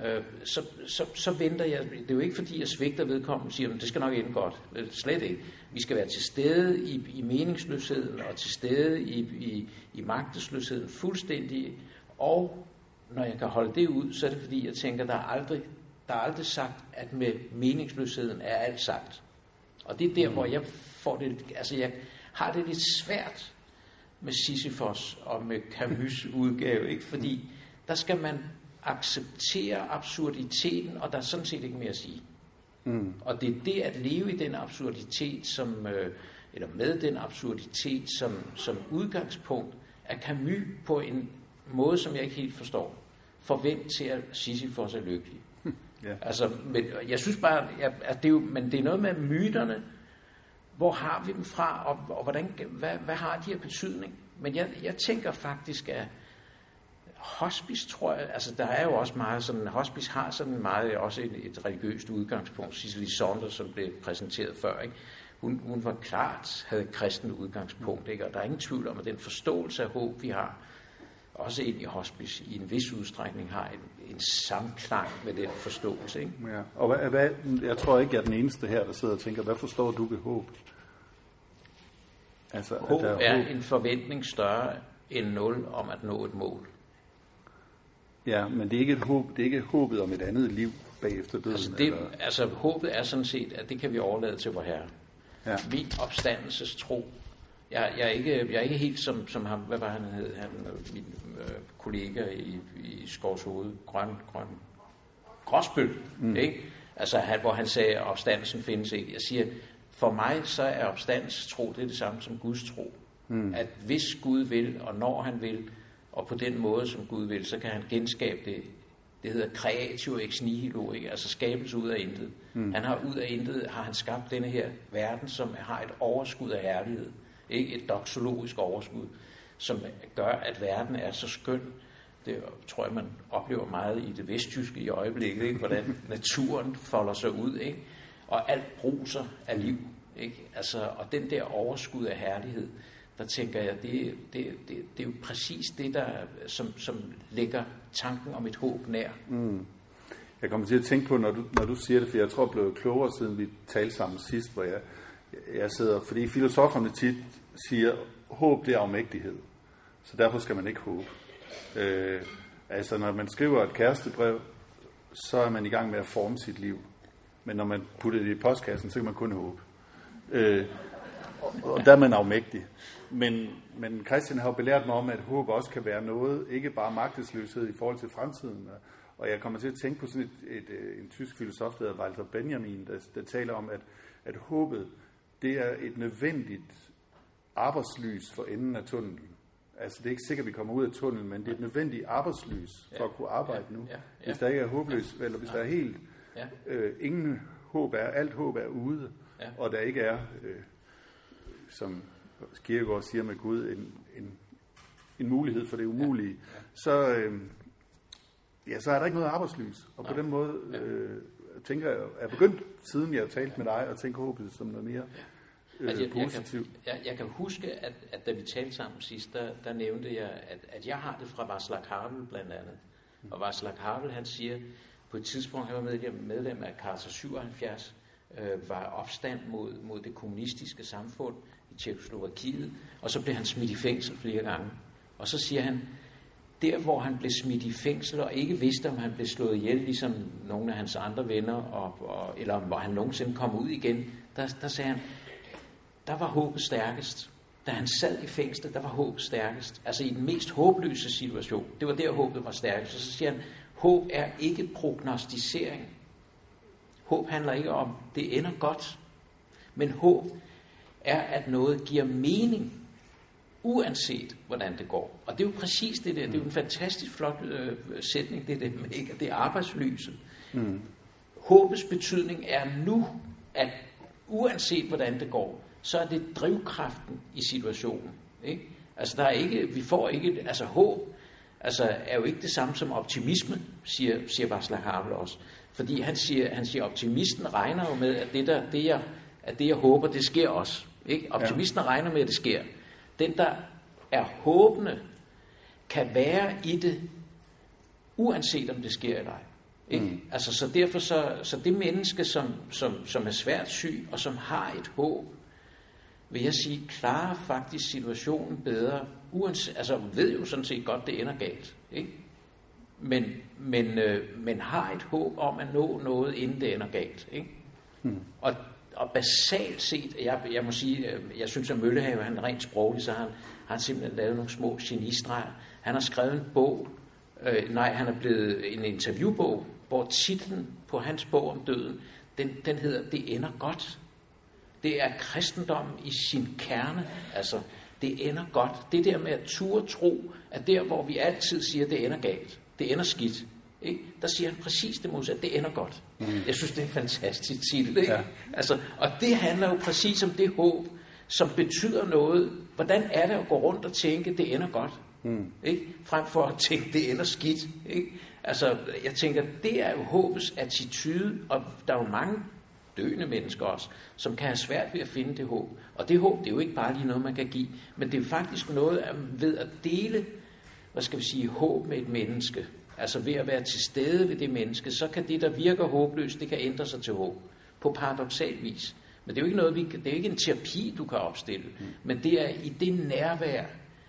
Så venter jeg. Det er jo ikke, fordi jeg svigter vedkommende og siger, at det skal nok ende godt. Slet ikke. Vi skal være til stede i meningsløsheden og til stede i magtesløsheden fuldstændig. Og når jeg kan holde det ud, så er det, fordi jeg tænker, der er aldrig sagt, at med meningsløsheden er alt sagt. Og det er der, hvor jeg får det, altså jeg har det lidt svært med Sisyfos og med Camus' udgave, ikke? Fordi der skal man acceptere absurditeten, og der er sådan set ikke mere at sige. Og det er det at leve i den absurditet, eller med den absurditet som udgangspunkt, at Camus på en måde, som jeg ikke helt forstår, forvent til at Sisyfos er lykkelig. Yeah. Altså, men jeg synes bare, at det er jo, men det er noget med myterne. Hvor har vi dem fra, og hvad har de her betydning? Men jeg tænker faktisk, at hospice, tror jeg, altså der er jo også meget sådan, hospice har sådan meget også et religiøst udgangspunkt. Cicely Saunders, som blev præsenteret før, ikke? Hun var klart, havde et kristent udgangspunkt, ikke? Og der er ingen tvivl om, at den forståelse af håb, vi har, også ind i hospice, i en vis udstrækning har en samklang med den forståelse. Ikke? Ja. Og jeg tror ikke, jeg er den eneste her, der sidder og tænker, hvad forstår du ved håb? Altså, håb er en forventning større end 0 om at nå et mål. Ja, men det er ikke et håb, det er ikke håbet om et andet liv bagefter døden. Altså håbet er sådan set, at det kan vi overlade til vor Herre. Ja. Min opstandelsestro. Jeg er ikke helt som ham, hvad var han hed, min kollega i Skovshoved, Gråsbøl, ikke? Altså hvor han sagde, at opstandelsen findes ikke. Jeg siger, for mig så er opstandelsestro det samme som Guds tro. At hvis Gud vil, og når han vil, og på den måde som Gud vil, så kan han genskabe det. Det hedder creatio ex nihilo, ikke? Altså skabelse ud af intet. Han har ud af intet, har han skabt denne her verden, som har et overskud af herlighed. Ikke et doxologisk overskud, som gør, at verden er så skøn. Det tror jeg, man oplever meget i det vestjyske i øjeblikket, ikke? Hvordan naturen folder sig ud, ikke? Og alt bruser af liv, ikke? Altså, og den der overskud af herlighed, der tænker jeg, det er jo præcis det, der, som lægger tanken om et håb nær. Jeg kommer til at tænke på, når du siger det, for jeg tror, jeg blev klogere, siden vi talte sammen sidst, hvor jeg sidder, fordi filosoferne tit siger, håb det er afmægtighed, så derfor skal man ikke håbe. Altså når man skriver et kærestebrev, så er man i gang med at forme sit liv, men når man putter det i postkassen, så kan man kun håbe. Og der er man afmægtig. Men Christian har jo belært mig om, at håb også kan være noget, ikke bare magtesløshed i forhold til fremtiden. Og jeg kommer til at tænke på sådan en tysk filosof, der hedder Walter Benjamin, der taler om, at håbet, det er et nødvendigt arbejdslys for enden af tunnelen. Altså det er ikke sikkert, at vi kommer ud af tunnelen, men det er et nødvendigt arbejdslys for at kunne arbejde nu. Hvis der ikke er håbløs, eller hvis der er helt ingen håb er, alt håb er ude, og der ikke er, som Kierkegaard siger med Gud, en mulighed for det umulige, så er der ikke noget arbejdslys. Og på den måde tænker jeg, er begyndt, siden jeg talte med dig, at tænke håbet som noget mere positivt. Jeg kan huske, at da vi talte sammen sidst, der nævnte jeg, at jeg har det fra Václav Havel blandt andet, Og Václav Havel, han siger, på et tidspunkt, han var medlem af Charta 77, var opstand mod det kommunistiske samfund i Tjekkoslovakiet, og så blev han smidt i fængsel flere gange. Og så siger han, der hvor han blev smidt i fængsel og ikke vidste, om han blev slået ihjel, ligesom nogle af hans andre venner, eller om han nogensinde kom ud igen, der sagde han, der var håbet stærkest. Da han sad i fængslet, der var håbet stærkest. Altså i den mest håbløse situation. Det var der, håbet var stærkest. Og så siger han, håb er ikke prognostisering. Håb handler ikke om, det ender godt. Men håb er, at noget giver mening, uanset hvordan det går. Og det er jo præcis det der. Det er jo en fantastisk flot sætning, det der med, ikke? Det er arbejdslyset. Håbets betydning er nu, at uanset hvordan det går, så er det drivkraften i situationen. Ikke? Altså der er ikke, vi får ikke, altså håb, altså er jo ikke det samme som optimisme, siger Václav Havel også. Fordi han siger, optimisten regner jo med, at det jeg håber, det sker også. Ikke? Optimisten regner med, at det sker. Den, der er håbende, kan være i det, uanset om det sker eller ej. Ikke? Altså, så derfor så det menneske, som er svært syg, og som har et håb, vil jeg sige, klarer faktisk situationen bedre, uanset, altså ved jo sådan set godt, det ender galt. Ikke? Men har et håb om at nå noget, inden det ender galt. Ikke? Og basalt set, jeg må sige, jeg synes, at Møllehave, han rent sprogligt, så har han simpelthen lavet nogle små genistreger. Han har skrevet en bog, han er blevet en interviewbog, hvor titlen på hans bog om døden, den hedder Det ender godt. Det er kristendommen i sin kerne, altså det ender godt. Det der med at turde tro, at der hvor vi altid siger, det ender galt, det ender skidt, ikke? Der siger han præcis det modsatte, det ender godt. Jeg synes, det er en fantastisk titel, ikke? Ja. Altså, og det handler jo præcis om det håb, som betyder noget. Hvordan er det at gå rundt og tænke, det ender godt? Ikke? Frem for at tænke, det ender skidt. Ikke? Altså, jeg tænker, det er jo håbets attitude, og der er jo mange døende mennesker også, som kan have svært ved at finde det håb. Og det håb, det er jo ikke bare lige noget, man kan give, men det er faktisk noget ved at dele, håb med et menneske. Altså ved at være til stede ved det menneske, så kan det, der virker håbløst, det kan ændre sig til håb. På paradoksal vis. Men det er jo ikke noget, det er jo ikke en terapi, du kan opstille. Men det er i det nærvær,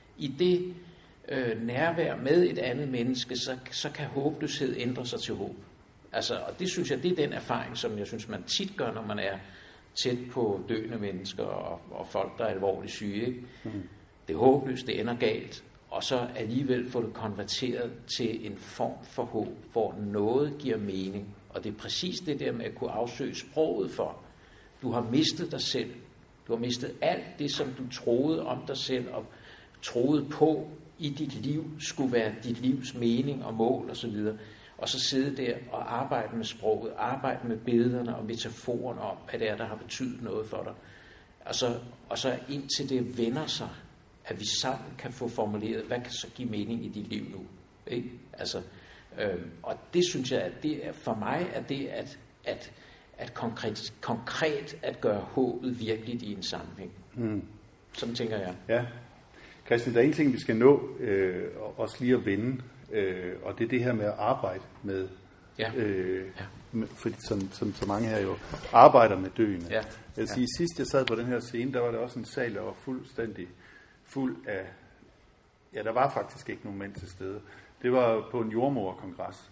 nærvær med et andet menneske, så kan håbløshed ændre sig til håb. Altså, og det synes jeg, det er den erfaring, som jeg synes, man tit gør, når man er tæt på døende mennesker og folk, der er alvorligt syge. Ikke? Det er håbløst, det ender galt, og så alligevel få det konverteret til en form for håb, hvor noget giver mening. Og det er præcis det der med at kunne afsøge sproget for. Du har mistet dig selv. Du har mistet alt det, som du troede om dig selv og troede på i dit liv skulle være dit livs mening og mål osv. Og så sidde der og arbejde med sproget, arbejde med billederne og metaforerne om, hvad det er, der har betydet noget for dig. Og så indtil det vender sig, at vi sammen kan få formuleret, hvad kan så give mening i dit liv nu. Ikke? Altså, og det synes jeg, at det er, for mig er det at konkret at gøre håbet virkeligt i en sammenhæng. Sådan tænker jeg. Ja. Christian, der er en ting, vi skal nå også lige at vende, og det er det her med at arbejde med, fordi som så mange her jo arbejder med døende. Ja. Jeg vil sige, sidst jeg sad på den her scene, der var der også en sal, der var fuldstændig fuld af, der var faktisk ikke nogen mænd til stede. Det var på en jordmoderkongres.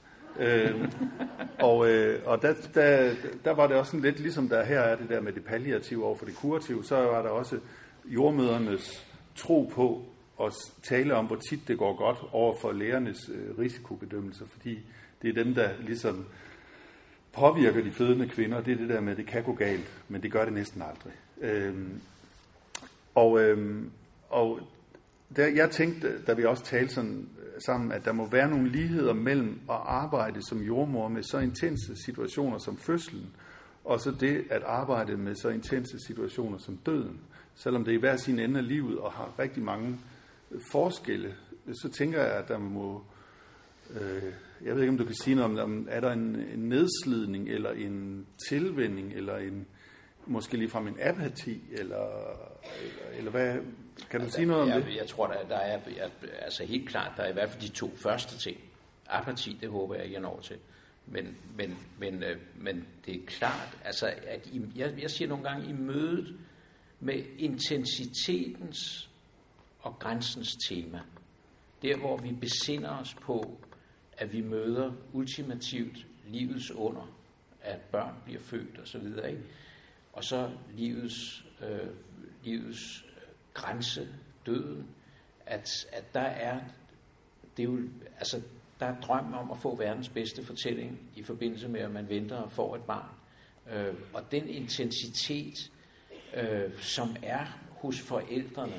Og der var det også sådan lidt, ligesom der her er det der med det palliative over for det kurative, så var der også jordmødernes tro på at tale om, hvor tit det går godt over for lægernes risikobedømmelser, fordi det er dem, der ligesom påvirker de fødende kvinder. Det er det der med, at det kan gå galt, men det gør det næsten aldrig. Jeg tænkte, da vi også talte sådan sammen, at der må være nogle ligheder mellem at arbejde som jordmor med så intense situationer som fødslen, og så det at arbejde med så intense situationer som døden. Selvom det er i hver sin ende af livet og har rigtig mange forskelle, så tænker jeg, at der må, jeg ved ikke, om du kan sige noget om, er der en nedslidning, eller en tilvænning, eller en, måske ligefrem en apati, eller hvad, kan du sige noget om det? Jeg tror, der er altså helt klart, der er i hvert fald de to første ting. apati, det håber jeg ikke, jeg når til. Men det er klart, altså, at jeg siger nogle gange, i mødet med intensitetens og grænsens tema, der hvor vi besinder os på, at vi møder ultimativt livets under, at børn bliver født og så videre, ikke? Og så livets grænse, døden, at der er, det er jo, altså, der er drøm om at få verdens bedste fortælling i forbindelse med, at man venter og får et barn. Og den intensitet, som er hos forældrene,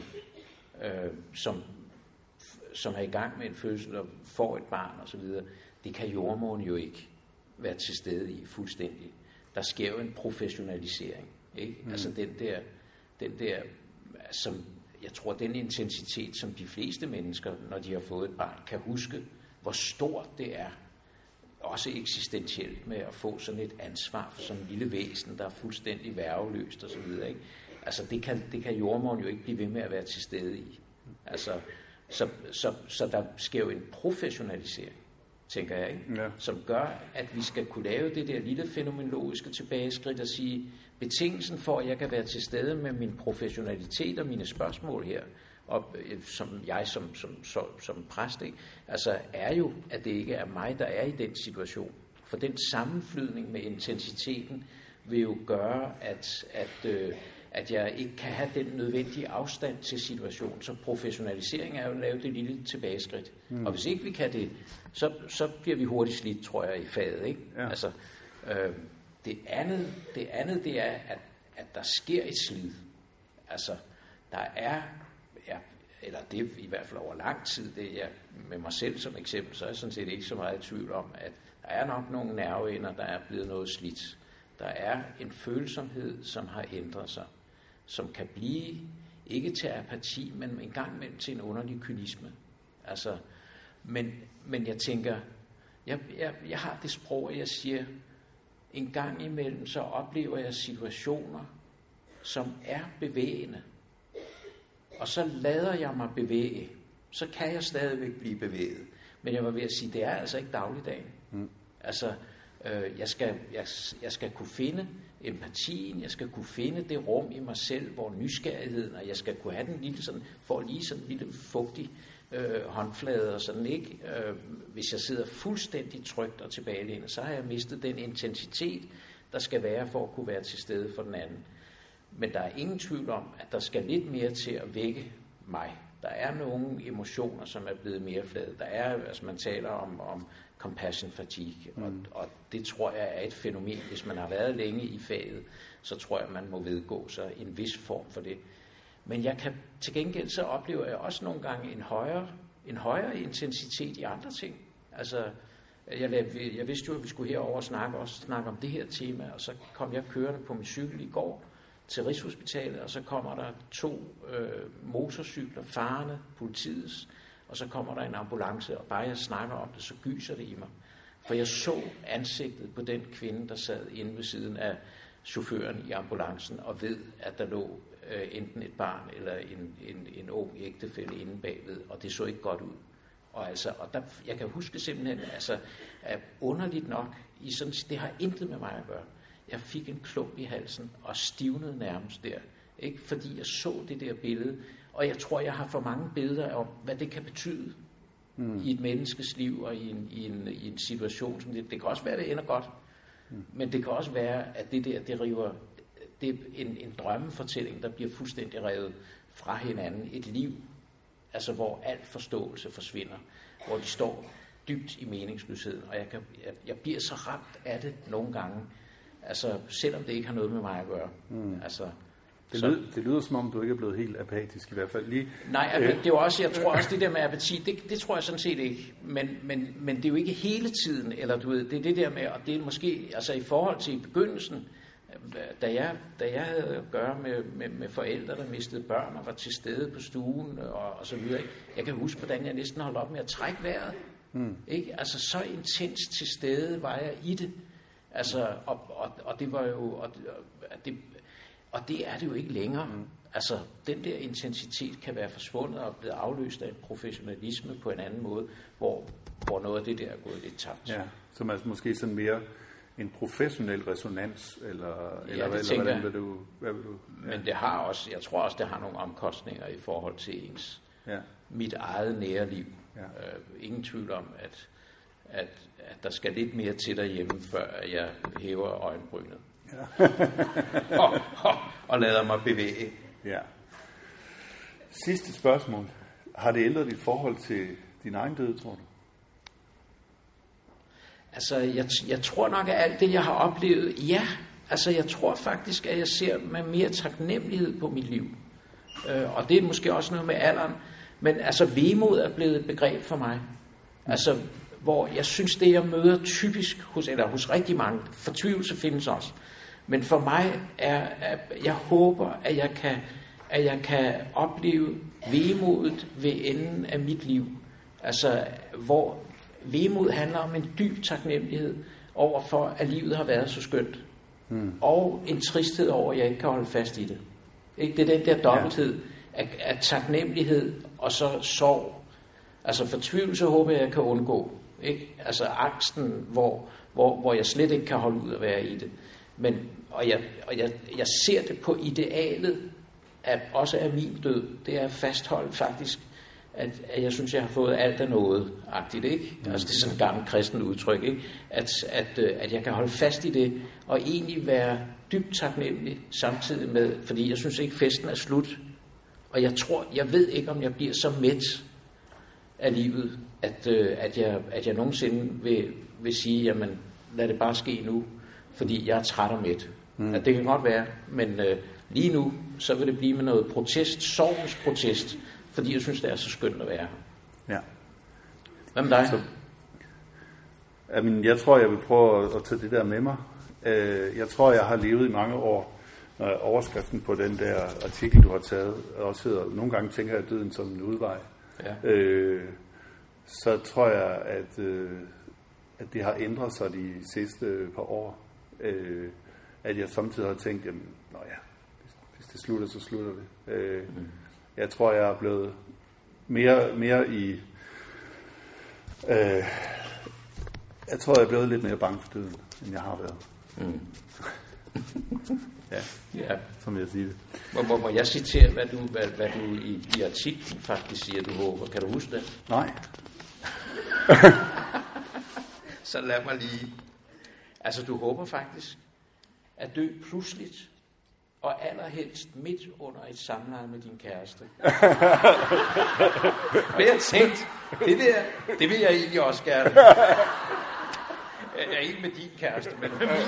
som er i gang med en fødsel og får et barn og så videre, det kan jordmoren jo ikke være til stede i fuldstændig. Der sker jo en professionalisering, ikke? Altså den der, som jeg tror, den intensitet, som de fleste mennesker, når de har fået et barn, kan huske, hvor stort det er, også eksistentielt, med at få sådan et ansvar for sådan en lille væsen, der er fuldstændig værgeløst og så videre, ikke? Altså det kan jordmoren jo ikke blive ved med at være til stede i. Altså så der sker jo en professionalisering, tænker jeg, ikke? Ja. Som gør, at vi skal kunne lave det der lille fænomenologiske tilbageskridt og sige, betingelsen for, at jeg kan være til stede med min professionalitet og mine spørgsmål her, og som præst, ikke? Altså er jo, at det ikke er mig, der er i den situation. For den sammenflydning med intensiteten vil jo gøre, at jeg ikke kan have den nødvendige afstand til situationen. Så professionalisering er jo at lave det lille tilbageskridt. Og hvis ikke vi kan det, så bliver vi hurtigt slidt, tror jeg, i faget, ikke? Ja. Altså, det andet det er, at der sker et slid. Altså, der er, eller det er i hvert fald over lang tid, det er med mig selv som eksempel, så er jeg sådan set ikke så meget i tvivl om, at der er nok nogle nerveender, der er blevet noget slidt. Der er en følsomhed, som har ændret sig, som kan blive, ikke til apati, men en gang imellem til en underlig kynisme. Altså, men jeg tænker, jeg har det sprog, jeg siger, en gang imellem, så oplever jeg situationer, som er bevægende. Og så lader jeg mig bevæge. Så kan jeg stadigvæk blive bevæget. Men jeg var ved at sige, det er altså ikke dagligdagen. Altså, jeg skal kunne finde empatien, jeg skal kunne finde det rum i mig selv, hvor nysgerrigheden, og jeg skal kunne have den lille sådan, for lige sådan en lille fugtig håndflade og sådan, ikke? Hvis jeg sidder fuldstændig trygt og tilbagelænet, så har jeg mistet den intensitet, der skal være for at kunne være til stede for den anden. Men der er ingen tvivl om, at der skal lidt mere til at vække mig. Der er nogle emotioner, som er blevet mere flade. Der er, altså man taler om compassion fatigue, og det tror jeg er et fænomen. Hvis man har været længe i faget, så tror jeg, man må vedgå sig en vis form for det. Men jeg kan til gengæld så oplever jeg også nogle gange en højere intensitet i andre ting. Altså, jeg vidste jo, at vi skulle herover og snakke om det her tema, og så kom jeg kørende på min cykel i går til Rigshospitalet, og så kommer der 2 motorcykler, farende, politiets, og så kommer der en ambulance, og bare jeg snakker om det, så gyser det i mig. For jeg så ansigtet på den kvinde, der sad inde ved siden af chaufføren i ambulancen, og ved, at der lå enten et barn eller en ung ægtefælle inde bagved, og det så ikke godt ud. Og der, jeg kan huske simpelthen, at underligt nok, det har intet med mig at gøre. Jeg fik en klump i halsen og stivnede nærmest der, ikke? Fordi jeg så det der billede, og jeg tror, jeg har for mange billeder om, hvad det kan betyde i et menneskes liv og i en situation som det. Det kan også være, at det ender godt, men det kan også være, at det er en drømmefortælling, der bliver fuldstændig revet fra hinanden. Et liv, altså hvor al forståelse forsvinder, hvor de står dybt i meningsløsheden, og jeg bliver så ramt af det nogle gange, altså selvom det ikke har noget med mig at gøre. Altså, det lyder som om, du ikke er blevet helt apatisk i hvert fald lige. Nej, det er jo også, jeg tror også, det der med apati, det tror jeg sådan set ikke, men det er jo ikke hele tiden, eller du ved, det er det der med, og det er måske, altså i forhold til i begyndelsen, da jeg havde at gøre med forældre, der mistede børn og var til stede på stuen og så videre, ikke? Jeg kan huske, hvordan jeg næsten holdt op med at trække vejret. Ikke? Altså så intens til stede var jeg i det. Altså, og det var jo, og det er det jo ikke længere. altså den der intensitet kan være forsvundet og blevet afløst af en professionalisme på en anden måde, hvor noget af det der er gået lidt tabt. Ja, som er måske sådan mere en professionel resonans, eller hvordan vil du... Ja. Men det har også, jeg tror også, det har nogle omkostninger i forhold til mit eget nære liv. Ja. Ingen tvivl om, at der skal lidt mere til derhjemme, før jeg hæver øjenbrynet. Ja. og lader mig bevæge. Ja. Sidste spørgsmål. Har det ændret dit forhold til din egen død, tror du? Altså, jeg tror nok, at alt det, jeg har oplevet, altså, jeg tror faktisk, at jeg ser med mere taknemmelighed på mit liv. Og det er måske også noget med alderen. Men altså, vemod er blevet et begreb for mig. Altså, hvor jeg synes, det jeg møder typisk hos rigtig mange, fortvivlelse findes også. Men for mig jeg håber, at jeg kan opleve vemodet ved enden af mit liv. Altså, hvor vemod handler om en dyb taknemmelighed over for, at livet har været så skønt. Og en tristhed over, at jeg ikke kan holde fast i det. Ikke? Det er den der dobbelthed af taknemmelighed og så sorg. Altså fortvivlelse håber jeg kan undgå. Ikke? Altså angsten, hvor jeg slet ikke kan holde ud at være i det. Men, og jeg ser det på idealet, at også af min død, det er at fastholde faktisk, at jeg synes, jeg har fået alt af noget-agtigt, ikke? Altså det er sådan et gammelt kristen udtryk, ikke? At jeg kan holde fast i det, og egentlig være dybt taknemmelig samtidig med, fordi jeg synes ikke, festen er slut. Og jeg ved ikke, om jeg bliver så mæt af livet, at jeg nogensinde vil sige, jamen lad det bare ske nu, fordi jeg er træt og mæt. At det kan godt være, men lige nu, så vil det blive med noget protest, sorgens protest, fordi jeg synes, det er så skønt at være her. Ja. Hvad med dig? Jeg tror, jeg vil prøve at tage det der med mig. Jeg tror, jeg har levet i mange år, når overskriften på den der artikel, du har taget, også hedder, nogle gange tænker jeg døden som en udvej. Ja. Så tror jeg, at det har ændret sig de sidste par år. At jeg samtidig har tænkt, jamen, hvis det slutter, så slutter det. Jeg tror, jeg er blevet mere i... jeg tror, jeg er blevet lidt mere bange for døden, end jeg har været. Ja, som jeg siger det. Må jeg citere, hvad du i artiklen faktisk siger, du håber? Kan du huske det? Nej. Så lad mig lige... Altså, du håber faktisk at dø pludseligt, og allerhelst midt under et samleje med din kæreste. Og jeg tænkte, det vil jeg egentlig også gerne. Jeg er ikke med din kæreste, men med min.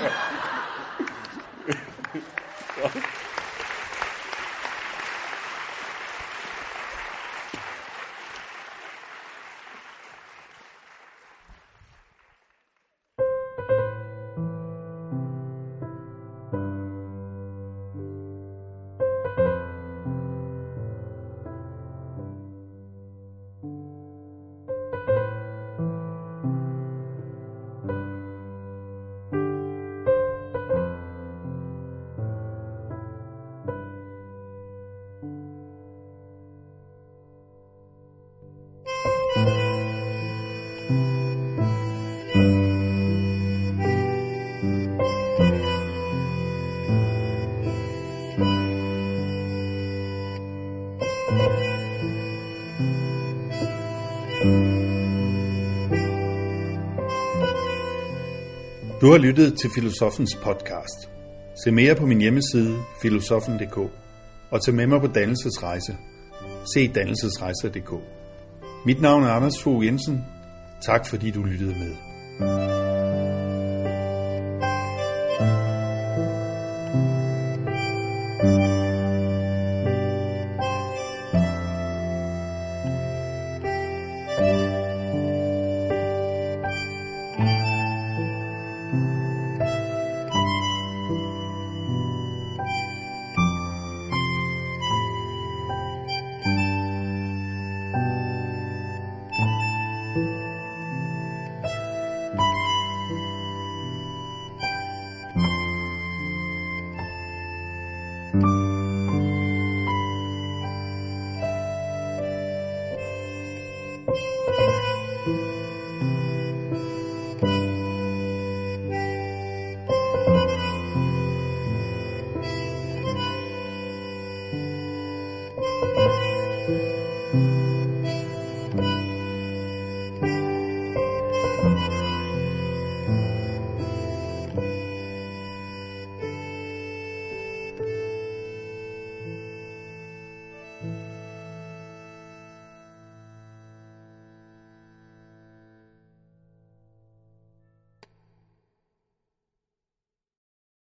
Du har lyttet til Filosofens podcast. Se mere på min hjemmeside filosofen.dk og tag med mig på dannelsesrejse. Se dannelsesrejser.dk. Mit navn er Anders Fogh Jensen. Tak fordi du lyttede med.